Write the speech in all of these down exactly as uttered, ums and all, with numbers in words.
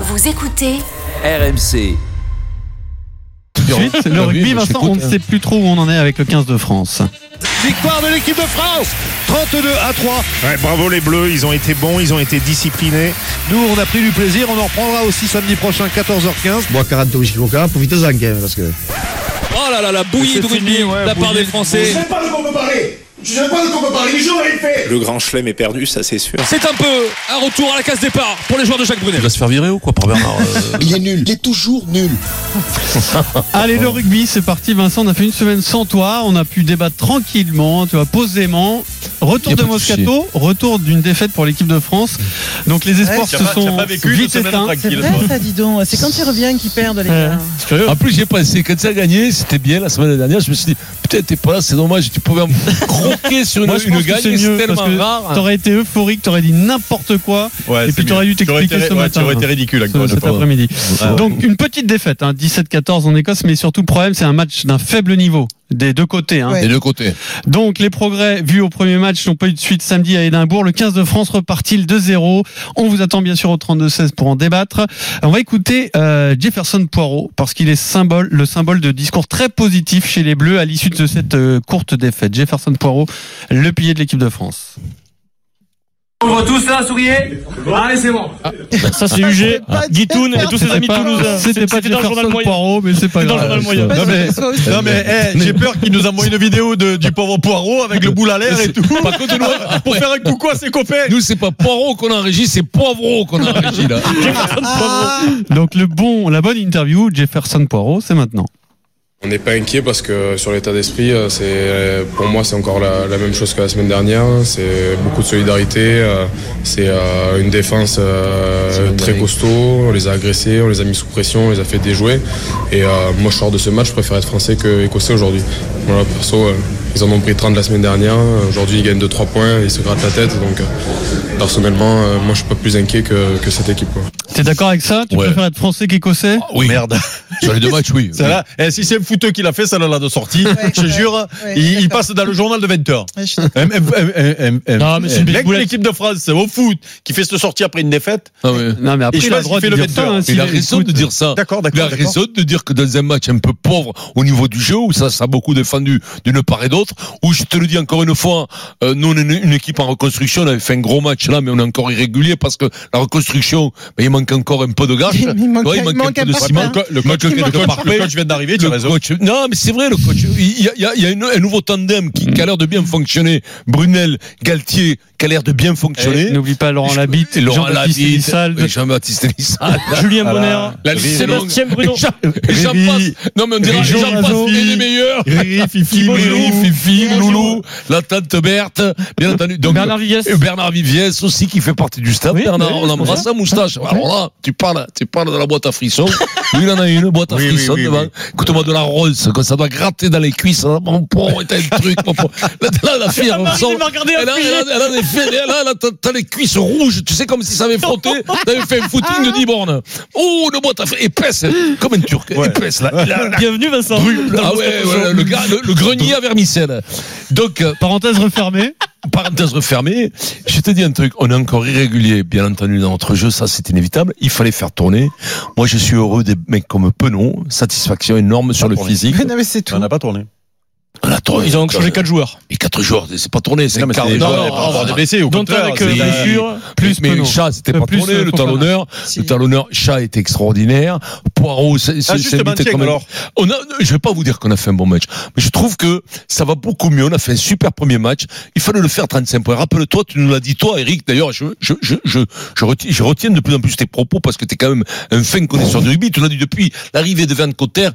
Vous écoutez R M C. Ensuite, le rugby, Vincent, on ne sait plus trop où on en est avec le quinze de France. Victoire de l'équipe de France, trente-deux à trois. Ouais, bravo les Bleus, ils ont été bons, ils ont été disciplinés. Nous, on a pris du plaisir, on en reprendra aussi samedi prochain, quatorze heures quinze. Moi, quarante Coca, profitez-en quand même, parce que... Oh là là, la bouillie de rugby de la part des Français. Je ne sais pas de quoi on peut parler. Je ne sais pas de quoi on peut parler, mais j'aurais fait. Le grand chelem est perdu, ça c'est sûr. C'est un peu un retour à la case départ pour les joueurs de Jacques Brunel. Il va se faire virer ou quoi par Bernard euh... Il est nul, il est toujours nul. Allez, le rugby, c'est parti. Vincent, on a fait une semaine sans toi. On a pu débattre tranquillement, tu vois, posément. Retour de Moscato, retour d'une défaite pour l'équipe de France. Donc les espoirs ouais, se pas, sont vite éteints. C'est vrai ça, dis donc. C'est quand ils reviennent qu'ils perdent les gars. En plus, j'ai pensé, quand ça a gagné, c'était bien la semaine dernière. Je me suis dit, putain, t'es pas là, c'est dommage. Tu pouvais me croquer sur une, Moi, je une pense gagne, que c'est, c'est mieux, tellement parce que rare. T'aurais été euphorique, t'aurais dit n'importe quoi. Ouais, et puis t'aurais dû t'expliquer été, ce ouais, matin. Ça aurait été ridicule ce, cet après-midi. Ouais. Donc une petite défaite, hein, dix-sept quatorze en Écosse, mais surtout le problème, c'est un match d'un faible niveau. Des deux côtés. Hein. Ouais. Des deux côtés. Donc les progrès vus au premier match n'ont pas eu de suite samedi à Édimbourg. Le quinze de France repart-il deux zéro. On vous attend bien sûr au trente-deux seize pour en débattre. On va écouter euh, Jefferson Poirot parce qu'il est symbole, le symbole de discours très positif chez les Bleus à l'issue de cette euh, courte défaite. Jefferson Poirot, le pilier de l'équipe de France. On voit tous là, souriez. Allez, c'est bon. Ah, ça c'est U G, Guitoun et tous ses amis toulousains. C'était pas Jefferson Poirot, mais c'est pas grave. Non mais, non mais hey, j'ai peur qu'il nous envoie une vidéo de, du pauvre Poirot avec le boule à l'air et tout. Par contre, nous, pour faire un coucou à ses copains. Nous, c'est pas Poirot qu'on a régi, c'est Poivreau qu'on a régi là. Jefferson Poirot. Donc le bon, la bonne interview, Jefferson Poirot, c'est maintenant. On n'est pas inquiet parce que sur l'état d'esprit, c'est, pour moi c'est encore la, la même chose que la semaine dernière. C'est beaucoup de solidarité, c'est une défense très costaud. On les a agressés, on les a mis sous pression, on les a fait déjouer. Et moi je sors de ce match, je préfère être français que écossais aujourd'hui. Voilà, perso, ils en ont pris trente la semaine dernière. Aujourd'hui ils gagnent deux trois points, ils se grattent la tête. Donc personnellement, moi je suis pas plus inquiet que, que cette équipe. Quoi. T'es d'accord avec ça? Tu ouais. préfères être français qu'écossais? Ah, oui. Merde. Sur les deux matchs, oui. oui. Là, eh, si c'est un footeux qui l'a fait, ça là de sortie, ouais, je te jure, ouais, il, il passe dans le journal de vingt heures. Ouais, non, mais c'est une l'équipe de France au foot qui fait cette sortie après une défaite. Ah ouais. Non, mais après, il a le droit de dire ça. Hein, il a raison de dire ça. D'accord, d'accord. Il a raison de dire que dans un match un peu pauvre au niveau du jeu, où ça, ça a beaucoup défendu d'une part et d'autre, où je te le dis encore une fois, euh, nous on est une, une équipe en reconstruction, on avait fait un gros match là, mais on est encore irrégulier parce que la reconstruction, ben, il manque encore un peu de gage. Il manque, ouais, il manque, il manque un peu de ciment. Le coach, le, le, coach, le coach vient d'arriver, tu as raison. Coach, non, mais c'est vrai, le coach. Il y a, il y a, il y a une, un nouveau tandem qui, qui a l'air de bien fonctionner. Brunel, Galtier, qui a l'air de bien fonctionner. Eh, n'oublie pas Laurent Labitte, et Laurent Jean-Baptiste Elissalde, oui, Jean-Baptiste Elissalde, Julien Bonner, Sébastien Bruno. Et j'en passe. Non, mais on dirait que j'en passe les meilleurs. Riri, Fifi, Riri, Fifi, Loulou, la tante Berthe, bien entendu. Donc, Bernard Viviès. Bernard Viviès aussi qui fait partie du staff. Oui, Bernard, oui, on embrasse sa moustache. Alors là, tu parles, tu parles de la boîte à frissons. Lui, il en a une boîte à oui, frissons oui, oui, devant. oui. Écoute-moi de la rose, quand ça doit gratter dans les cuisses. Mon pauvre, t'as un truc. Là, la fille, elle ressort. Elle a, elle a des faits, là, t'as les cuisses rouges. Tu sais, comme si ça avait frotté. T'avais fait un footing de dix bornes. Oh, une boîte à frissons épaisse, comme un turc. Ouais. Épaisse, là. Bienvenue, Vincent. Ah ouais, ouais, le gars, le, le grenier à vermicelle. Donc, euh, parenthèse refermée. Parenthèse refermée. Je te dis un truc, on est encore irrégulier, bien entendu, dans notre jeu, ça c'est inévitable. Il fallait faire tourner. Moi, je suis heureux des mecs comme Penon. Satisfaction énorme sur le physique. Mais non, mais c'est tout. On n'a pas tourné. On a tourné. Ils ont changé quatre joueurs. Et quatre joueurs, c'est pas tourné, c'est non, mais quart. C'est des non, joueurs, non, pas avoir des blessés, au contraire. contraire. Avec les blessures, plus mais Chat, c'était pas tourné, le talonneur. Le talonneur, Chat était extraordinaire. Poirot, c'est, ah, c'est invité comme alors. On a, je vais pas vous dire qu'on a fait un bon match, mais je trouve que ça va beaucoup mieux. On a fait un super premier match. Il fallait le faire trente-cinq points. Rappelle-toi, tu nous l'as dit toi, Eric. D'ailleurs, je, je, je, je, je retiens, je retiens de plus en plus tes propos parce que t'es quand même un fin connaisseur du rugby. Tu l'as dit depuis l'arrivée de Van Cotter.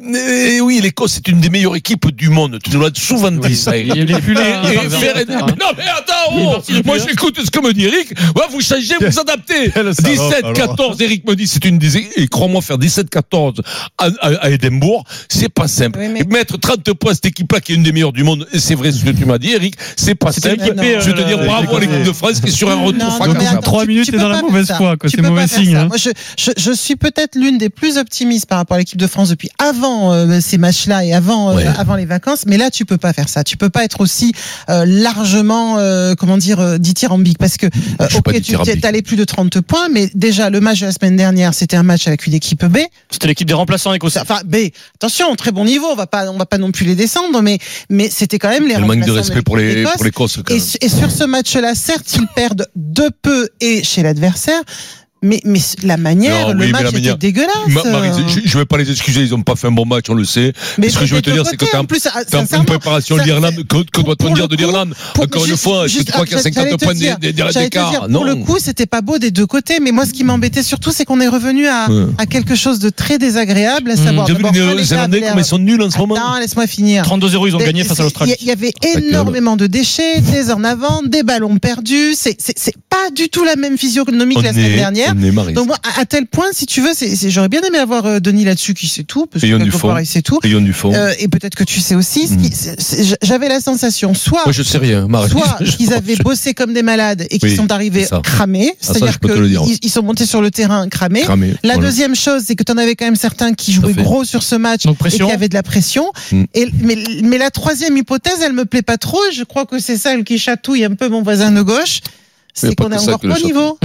Et oui, l'Écosse est une des meilleures éques du monde. Tu nous l'as souvent dit ça, Eric. Il est plus là. Et, et faire... Non, mais attends, oh, moi j'écoute ce que me dit Eric. Ouais, vous changez, vous adaptez. dix-sept quatorze, Eric me dit, c'est une des. Et crois-moi, faire dix-sept quatorze à, à, à Édimbourg, c'est pas simple. Oui, mais... Mettre trente points à cette équipe-là qui est une des meilleures du monde, et c'est vrai ce que tu m'as dit, Eric, c'est pas simple. Je veux te dire bravo à l'équipe de France qui est sur un retour fracassant. Trois minutes, t'es dans la mauvaise foi, c'est mauvais signe. Moi, je, je, je suis peut-être l'une des plus optimistes par rapport à l'équipe de France depuis avant euh, ces matchs-là et avant, ouais. euh, avant les vacances. défense. Mais là, tu peux pas faire ça. Tu peux pas être aussi euh, largement, euh, comment dire, euh, dithyrambique, parce que euh, ok, tu t'es allé plus de trente points, mais déjà le match de la semaine dernière, c'était un match avec une équipe B. C'était l'équipe des remplaçants écossais. Enfin B. Attention, très bon niveau. On va pas, on va pas non plus les descendre, mais mais c'était quand même les. Le manque de respect pour les pour l'Écosse. Et, et sur ce match-là, certes, ils perdent de peu et chez l'adversaire. Mais, mais la manière, non, le oui, match était manière... dégueulasse. Ma, Marie, je ne vais pas les excuser, ils n'ont pas fait un bon match, on le sait. Mais ce que je veux te dire, c'est que tu es en pleine préparation de l'Irlande. Que, que doit-on dire de l'Irlande? Encore une fois, est-ce que tu crois qu'il y a cinquante points d'écart? Pour le coup, c'était pas beau des deux côtés. Mais moi, ce qui m'embêtait surtout, c'est qu'on est revenu à, ouais. à quelque chose de très désagréable, à savoir. J'ai vu les Zélandais comme ils sont nuls en ce moment. Non, laisse-moi finir. trente-deux zéro, ils ont gagné face à l'Australie. Il y avait énormément de déchets, des en avant, des ballons perdus. C'est pas du tout la même physionomie que la semaine dernière. Donc moi, à tel point, si tu veux, c'est, c'est, j'aurais bien aimé avoir euh, Denis là-dessus qui sait tout, parce que quelque part il sait tout. Du fond. Euh, et peut-être que tu sais aussi. Ce qui, c'est, c'est, j'avais la sensation, soit, moi je sais rien, Marie. soit qu'ils avaient bossé comme des malades et qu'ils oui, sont arrivés cramés, c'est-à-dire qu'ils ils sont montés sur le terrain cramés. Cramé, la voilà. Deuxième chose, c'est que tu en avais quand même certains qui jouaient gros sur ce match et qui avaient de la pression. Mm. Et, mais, mais la troisième hypothèse, elle me plaît pas trop. Je crois que c'est celle qui chatouille un peu mon voisin de gauche. C'est qu'on est encore pas au niveau.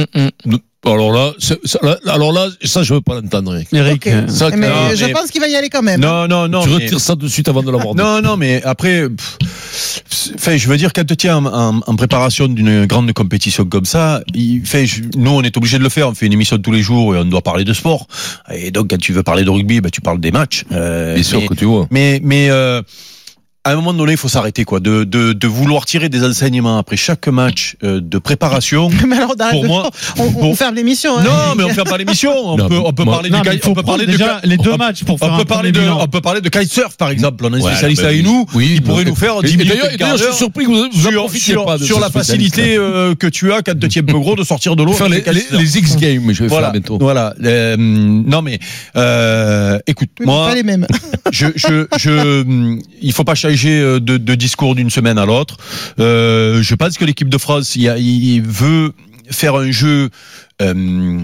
Alors là, c'est, là, alors là, ça je veux pas l'entendre, Eric. Eric, okay. ça, mais non, je mais... pense qu'il va y aller quand même. Non, non, non. Tu mais... retires ça de suite avant de l'aborder. Non, non, mais après, enfin, je veux dire, quand tu es en, en, en préparation d'une grande compétition comme ça, il, fait, je, nous on est obligé de le faire. On fait une émission tous les jours et on doit parler de sport. Et donc quand tu veux parler de rugby, bah, tu parles des matchs. Euh, Bien sûr que tu vois. Mais, mais. Euh, à un moment donné, il faut s'arrêter, quoi, de, de, de vouloir tirer des enseignements après chaque match euh, de préparation. Mais alors, pour moi, on, on pour... ferme l'émission. Hein. Non, mais on ferme pas l'émission. On non, peut, on peut moi, parler non, du, on peut parler déjà de, les deux on, matchs pour on faire peut un parler de, on peut parler de kitesurf, par exemple. On a un spécialiste avec nous. Oui, il pourrait nous faire dix minutes. Et d'ailleurs, je suis surpris que vous, vous sur, sur, pas de sur la facilité euh, que tu as quand tu es un peu gros de sortir de l'eau. Faire les, les, les X Games, je vais voilà, faire bientôt. Voilà. Euh, non, mais euh, écoute, oui, moi, pas les mêmes. je, je, je, il faut pas changer de, de discours d'une semaine à l'autre. Euh, je pense que l'équipe de France, il, a, il veut faire un jeu, euh,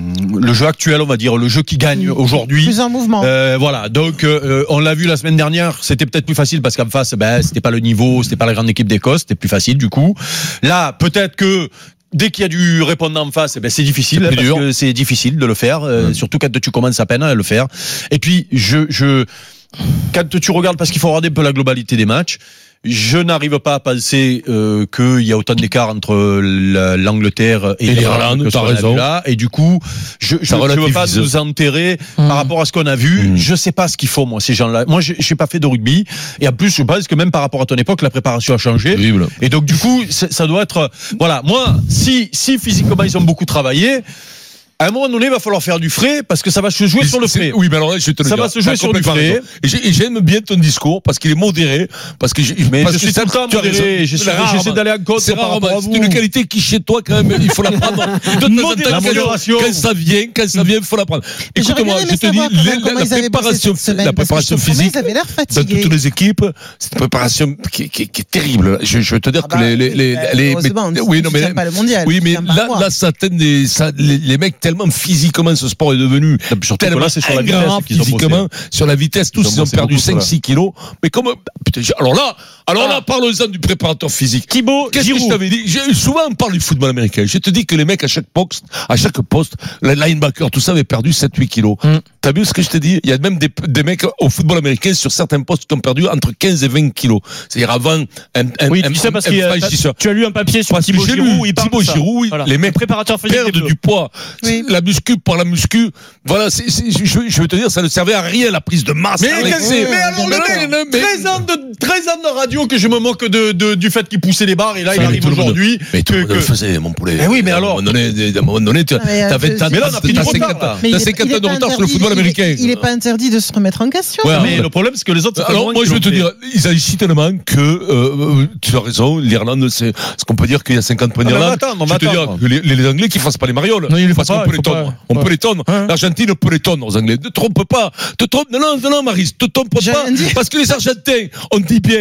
le jeu actuel, on va dire, le jeu qui gagne aujourd'hui. Plus en mouvement. Euh, voilà. Donc, euh, on l'a vu la semaine dernière. C'était peut-être plus facile parce qu'en face, ben, c'était pas le niveau, c'était pas la grande équipe d'Écosse, c'était plus facile du coup. Là, peut-être que dès qu'il y a du répondant en face, eh ben c'est difficile, c'est parce dur. que c'est difficile de le faire, euh, mmh. surtout quand tu commences à peine à le faire. Et puis, je, je, quand tu regardes, parce qu'il faut regarder un peu la globalité des matchs. Je n'arrive pas à penser euh, qu'il y a autant d'écart entre la, l'Angleterre et, et l'Irlande. T'as raison. Là, et du coup, je ne veux pas nous enterrer mmh. par rapport à ce qu'on a vu. Mmh. Je sais pas ce qu'il faut, moi, ces gens-là. Moi, je n'ai pas fait de rugby. Et en plus, je pense que même par rapport à ton époque, la préparation a changé. Terrible. Et donc, du coup, ça doit être... Voilà, moi, si, si physiquement, ils ont beaucoup travaillé... À un moment donné, il va falloir faire du frais parce que ça va se jouer mais sur le frais. Oui, mais alors là, je te le ça dire. va se jouer sur du frais. Et j'aime bien ton discours parce qu'il est modéré. Parce que je, mais parce je suis tout le temps modéré. J'essaie, j'essaie d'aller en compte. C'est rare. C'est une qualité qui, chez toi, quand même, il faut la prendre. De la modération. Quand ça vient, quand ça vient, il faut la prendre. Écoute-moi, je te dis, la préparation, la préparation physique dans toutes les équipes, c'est une préparation qui est terrible. Je veux te dire que les, les, les, oui, non, mais, pas le mondial. Oui, mais là, là, ça atteint des, ça, les, les mecs tellement physiquement, ce sport est devenu tellement là, c'est sur la vitesse qu'ils ont physiquement, sur la vitesse, tous ils ont, ils ont perdu cinq six kilos. Mais comment, putain, alors là, alors ah. là, parlons-en du préparateur physique. Thibaut, qu'est-ce Giroud. que je t'avais dit? J'ai, souvent, on parle du football américain. Je te dis que les mecs, à chaque poste, à chaque poste, les linebackers, tout ça, avaient perdu sept huit kilos. Mm. T'as vu ce que je t'ai dit? Il y a même des, des mecs au football américain sur certains postes qui ont perdu entre quinze et vingt kilos. C'est-à-dire avant, un, un, oui, un, tu sais parce que tu as lu un papier sur Thibaut Giroud, il parle Thibaut Giroud, voilà. Les mecs préparateur physique perdent du poids. Oui. La muscu par la muscu. Voilà, c'est, c'est, je, je veux te dire, ça ne servait à rien, la prise de masse. Mais, mais, c'est, mais alors, le mec, treize ans de, treize ans de radio que je me moque de, de, du fait qu'il poussait les barres, et là, ça, il arrive aujourd'hui. Mais tout le monde le faisait, mon poulet. Mais oui, mais alors. À un moment donné, à un moment donné, tu as vingt ans, mais là, on a pris du retard. T'as cinquante ans de retard sur le football américain. Il n'est pas interdit de se remettre en question. Mais le problème, c'est que les autres, alors, moi, je veux te dire, ils agissent tellement que, tu as raison, l'Irlande, c'est ce qu'on peut dire qu'il y a cinquante points d'Irlande. Je veux te dire que les Anglais qui fassent pas les marioles. Parce qu'on peut les tondre. On peut les tondre. L'Argentine peut les tondre aux Anglais. Ne trompe pas. Te trompe, non, non, non, Maryse, te trompe pas. Parce que les Argentins, on dit bien, mais les Argentins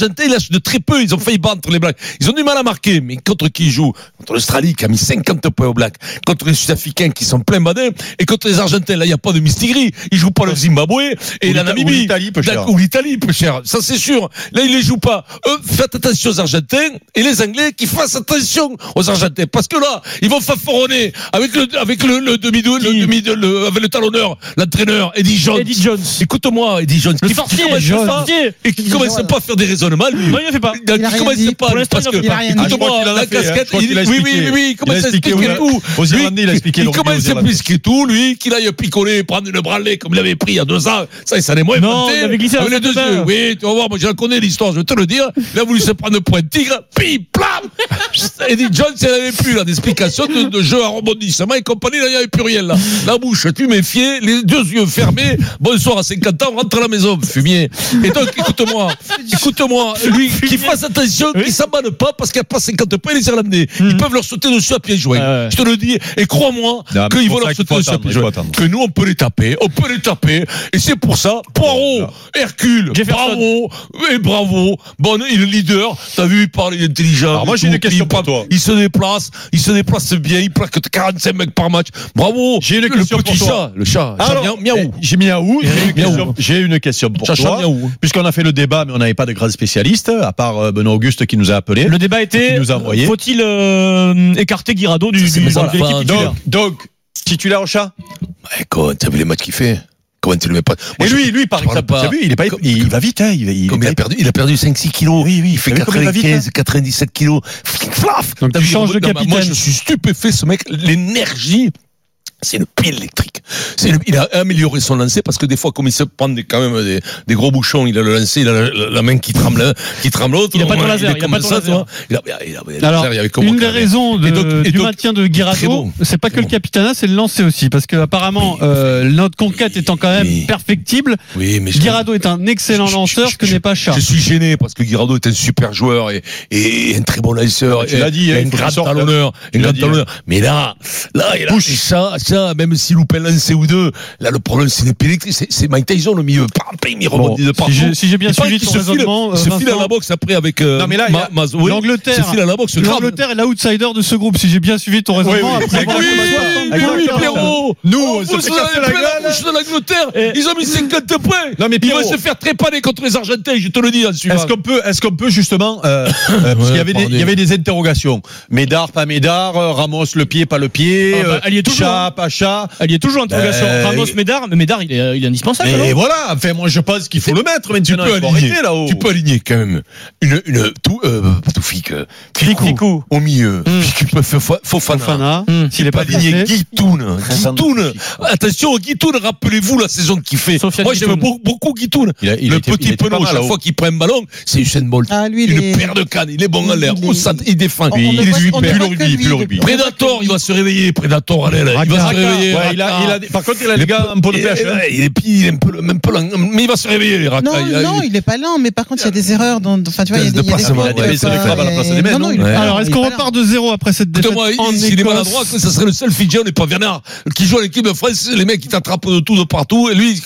Argentins, ils lâchent de très peu. Ils ont failli battre les Blacks. Ils ont du mal à marquer. Mais contre qui ils jouent? Contre l'Australie qui a mis cinquante points aux Blacks. Contre les Sud-Africains qui sont pleins badins. Et contre les Argentins, là, il n'y a pas de mistigris. Ils jouent pas le Zimbabwe et la Namibie. Ou l'Italie, peu cher. Ou l'Italie, peu cher. Ça, c'est sûr. Là, ils les jouent pas. Eux, faites attention aux Argentins et les Anglais qui fassent attention aux Argentins. Parce que là, ils vont fanfaronner avec le, avec le, le demi de, le demi de, le, avec le talonneur, l'entraîneur, Eddie Jones. Eddie Jones. Écoute-moi, Eddie Jones. Le qui, sorcier, qui commence le pas, sorcier. et qui commence pas à faire des raisonnements, lui. Non, il ne fait pas. Il, il commence pas, pour l'instant, parce que, il a rien dit. écoute-moi, Ah, la casquette, il, il, oui, oui, oui, oui, il commence à expliquer tout. Aux Irlandais, il a expliqué. Il commence à expliquer tout, lui, qu'il aille picoler, prendre une branlée, comme il avait pris il y a deux ans. Ça, ça n'est moins Non, il avait glissé avec les deux yeux. Oui, tu vas voir, moi, je la connais, l'histoire, je vais te le dire. Il a voulu se prendre un point de tigre, pim, plam! Eddie Jones, il n'avait plus, là, d'explication de, de jeu à rebondissement et compagnie, là, il n'y avait plus rien, là. La bouche, tu méfiais, les deux yeux fermés. Bonsoir à cinquante ans, rentre à la maison, fumier. Et donc, écoute-moi, écoute-moi, lui, qu'il fasse attention, qu'il s'emballe pas, parce qu'il n'y a pas cinquante points, les Irlandais. Ils mmh. peuvent leur sauter dessus à pieds joints. Ah ouais. Je te le dis. Et crois-moi, non, qu'ils vont leur sauter dessus à pieds joints. Que nous, on peut les taper, on peut les taper. Et c'est pour ça, Poirot, non. Hercule, bravo, et bravo. Bon, il est leader. T'as vu, il parle, il est intelligent. Alors moi, j'ai une question pour toi. Il se déplace, il se déplace bien, il plaque quarante-cinq mecs par match. Bravo. J'ai une question pour toi. Chat, le chat. Alors, miaou. J'ai miaou. J'ai une question pour toi. Puisqu'on a fait le débat, mais on n'avait pas de grand spécialiste, à part Benoît Auguste qui nous a appelé. Le débat était, faut-il euh, écarter Guirado du, du, voilà. de l'équipe titulaire? Donc, donc, titulaire au chat? Ouais, quand t'as vu les matchs qu'il fait? Comment tu le mets pas? Moi, et lui, lui, par exemple, t'as vu, il est pas, comme, il, il va vite, hein, il, il, comme il, a perdu, il a perdu cinq six kilos. Oui, oui, il fait quatre-vingt-quinze, quatre-vingt-dix-sept kilos. Flaf! Donc, tu changes de capitaine. Moi, je suis stupéfait, ce mec, l'énergie. C'est une pile électrique. C'est une, il a amélioré son lancer parce que des fois, comme il se prend des, quand même des, des gros bouchons, il a le lancer, il a la, la, la main qui tremble, qui tremble l'autre. Il a pas de laser, il a pas de laser. Il a, il a, il a, Alors, il avait une des raisons de, et donc, et du donc, maintien de Guirado, bon, c'est pas que bon. le capitanat, c'est le lancer aussi, parce que apparemment, oui. euh, notre conquête étant quand même oui. perfectible, oui, mais Guirado est un excellent lanceur, ce que n'est pas Char. Je suis gêné parce que Guirado est un super joueur et, et un très bon lanceur. Tu l'as dit, un grand talonneur, un grand talonneur. Mais là, là, il a ça, ça, même si loupe un lancer ou deux, là le problème c'est l'épée électrique, c'est, c'est Mike Tyson le milieu, il rebondit bon, de partout. Si j'ai, si j'ai bien suivi ton raisonnement, il se file à la boxe après avec euh, non mais là, Ma, Ma, oui, l'Angleterre, se file à la boxe, l'Angleterre est l'outsider de ce groupe. Si j'ai bien suivi ton raisonnement, oui, oui, après oui, oui, oui, Pierrot, nous, on se fait casser la gueule de l'Angleterre. Ils ont mis cinquante points. Non mais ils vont se faire trépaner contre les Argentins, je te le dis. Est-ce qu'on peut, est-ce qu'on peut justement, parce qu'il y avait des, il y avait des interrogations. Médard, pas Médard, Ramos, le pied, pas le pied, Chat, pas Chat. Il y a toujours interrogation. Euh, Ramos, Médard, mais Médard, il est, il est indispensable. Et voilà. Enfin, moi, je pense qu'il faut le mettre maintenant. Tu peux aligner, là-haut. Tu peux aligner quand même une, une, tout, euh, tout fic, Ficou, au milieu. Mm. Tu peux faire Fofana. Fofana. Mm. S'il est pas aligné, Guitoun. Guitoun. Attention, Guitoun, rappelez-vous la saison qu'il fait. Sofiane moi, j'aime beaucoup, beaucoup Guitoun. Le petit penaud, chaque fois qu'il prend un ballon, c'est Usain Bolt. Ah, lui, une est... paire de cannes. Il est bon en l'air. Au centre, il défend. Il est super. Plus le rugby, plus le rugby. Predator, il va se réveiller. Predator, allez, là. Il va se réveiller. Par contre, il a les gars un peu de pêche. Il est il est un peu, même peu lent, mais il va se réveiller, les racailles. Non, non, il est pas lent, mais par contre, il y a des erreurs dans, enfin, tu vois, il y a des, il y a des fautes. Il a des crabes à la place des mecs. Non, non, alors, est-ce qu'on repart de zéro après cette défaite? Écoute-moi, s'il est maladroit, ça serait le seul Fidji, on n'est pas Bernard, qui joue à l'équipe de France, les mecs, qui t'attrapent de tout, de partout, et lui,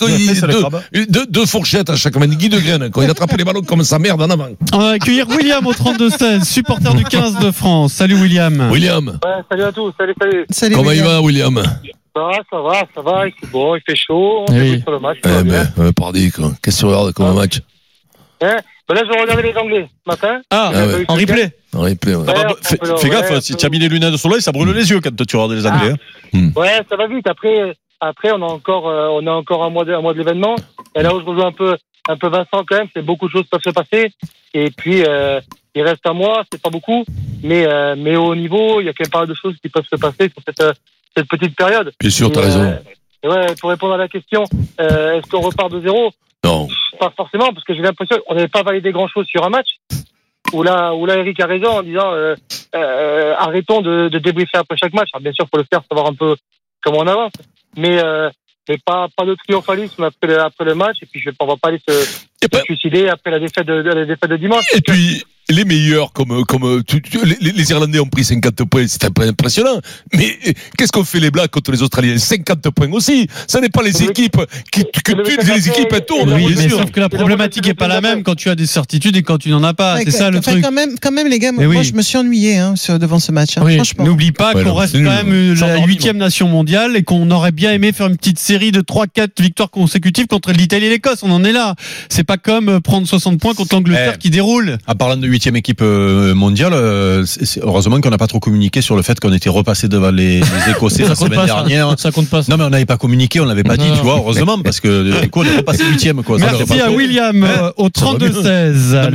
il deux, deux fourchettes à chaque main, Guy de Graine, quand il attrape les ballons comme sa merde en avant. On va accueillir William au trente-deux seize, supporter du quinze de France. Salut William. William. Ouais, salut à tous, salut, salut. Salut. Comment il va, William? Ça va, ça va, ça va, il fait beau, il fait chaud, on oui. fait sur le match. Eh ben, euh, pardon, quoi. Qu'est-ce que tu regardes comme ah. match? Hein ben là, je regardais les Anglais ce matin. Ah, ah ouais. En replay. En replay, ouais. ouais, bah, fais, fais gaffe, ouais, si tu as mis les lunettes de soleil, ça brûle les yeux quand tu regardes les Anglais. Ah. Hein. Ouais, ça va vite. Après, après on a encore, euh, on a encore un mois de, un mois de l'événement. Et là où je rejoins un peu, un peu Vincent quand même, c'est beaucoup de choses peuvent se passer. Et puis, euh, il reste un mois, c'est pas beaucoup, mais, euh, mais au haut niveau, il y a quand même pas mal de choses qui peuvent se passer sur cette, euh, cette petite période. Bien sûr, t'as et, raison. Euh, ouais, pour répondre à la question, euh, est-ce qu'on repart de zéro? Non. Pas forcément, parce que j'ai l'impression qu'on n'avait pas validé grand-chose sur un match. Où là, où là, Eric a raison en disant euh, euh, arrêtons de, de débriefer après chaque match. Alors, bien sûr, faut le faire, savoir un peu comment on avance, mais euh, mais pas pas de triomphalisme après le, après le match. Et puis, je, on va pas aller se, se suicider après la défaite de, de la défaite de dimanche. Et puis. les meilleurs, comme, comme tu, tu, les, les Irlandais ont pris cinquante points, c'est impressionnant. Mais qu'est-ce qu'on fait les Blacks contre les Australiens? cinquante points aussi. Ça n'est pas les équipes qui, que toutes les équipes elles tournent. Oui, mais sauf que la problématique n'est pas la même quand tu as des certitudes et quand tu n'en as pas. Ouais, c'est ça le enfin, truc. Quand même, quand même, les gars, moi, oui. moi je me suis ennuyé hein, devant ce match. Hein, oui. Franchement. N'oublie pas ouais, qu'on reste quand même la huitième nation mondiale et qu'on aurait bien aimé faire une petite série de trois quatre victoires consécutives contre l'Italie et l'Écosse. On en est là. C'est pas comme prendre soixante points contre l'Angleterre eh, qui déroule. En parlant de huitième équipe mondiale, c'est, c'est, heureusement qu'on n'a pas trop communiqué sur le fait qu'on était repassé devant les, les Écossais la semaine pas, dernière. Ça, ça compte pas. Ça. Non, mais on n'avait pas communiqué, on l'avait pas non. dit, tu vois, heureusement, parce que du coup, on est repassé huitième. Merci à William euh, au trente-deux seize.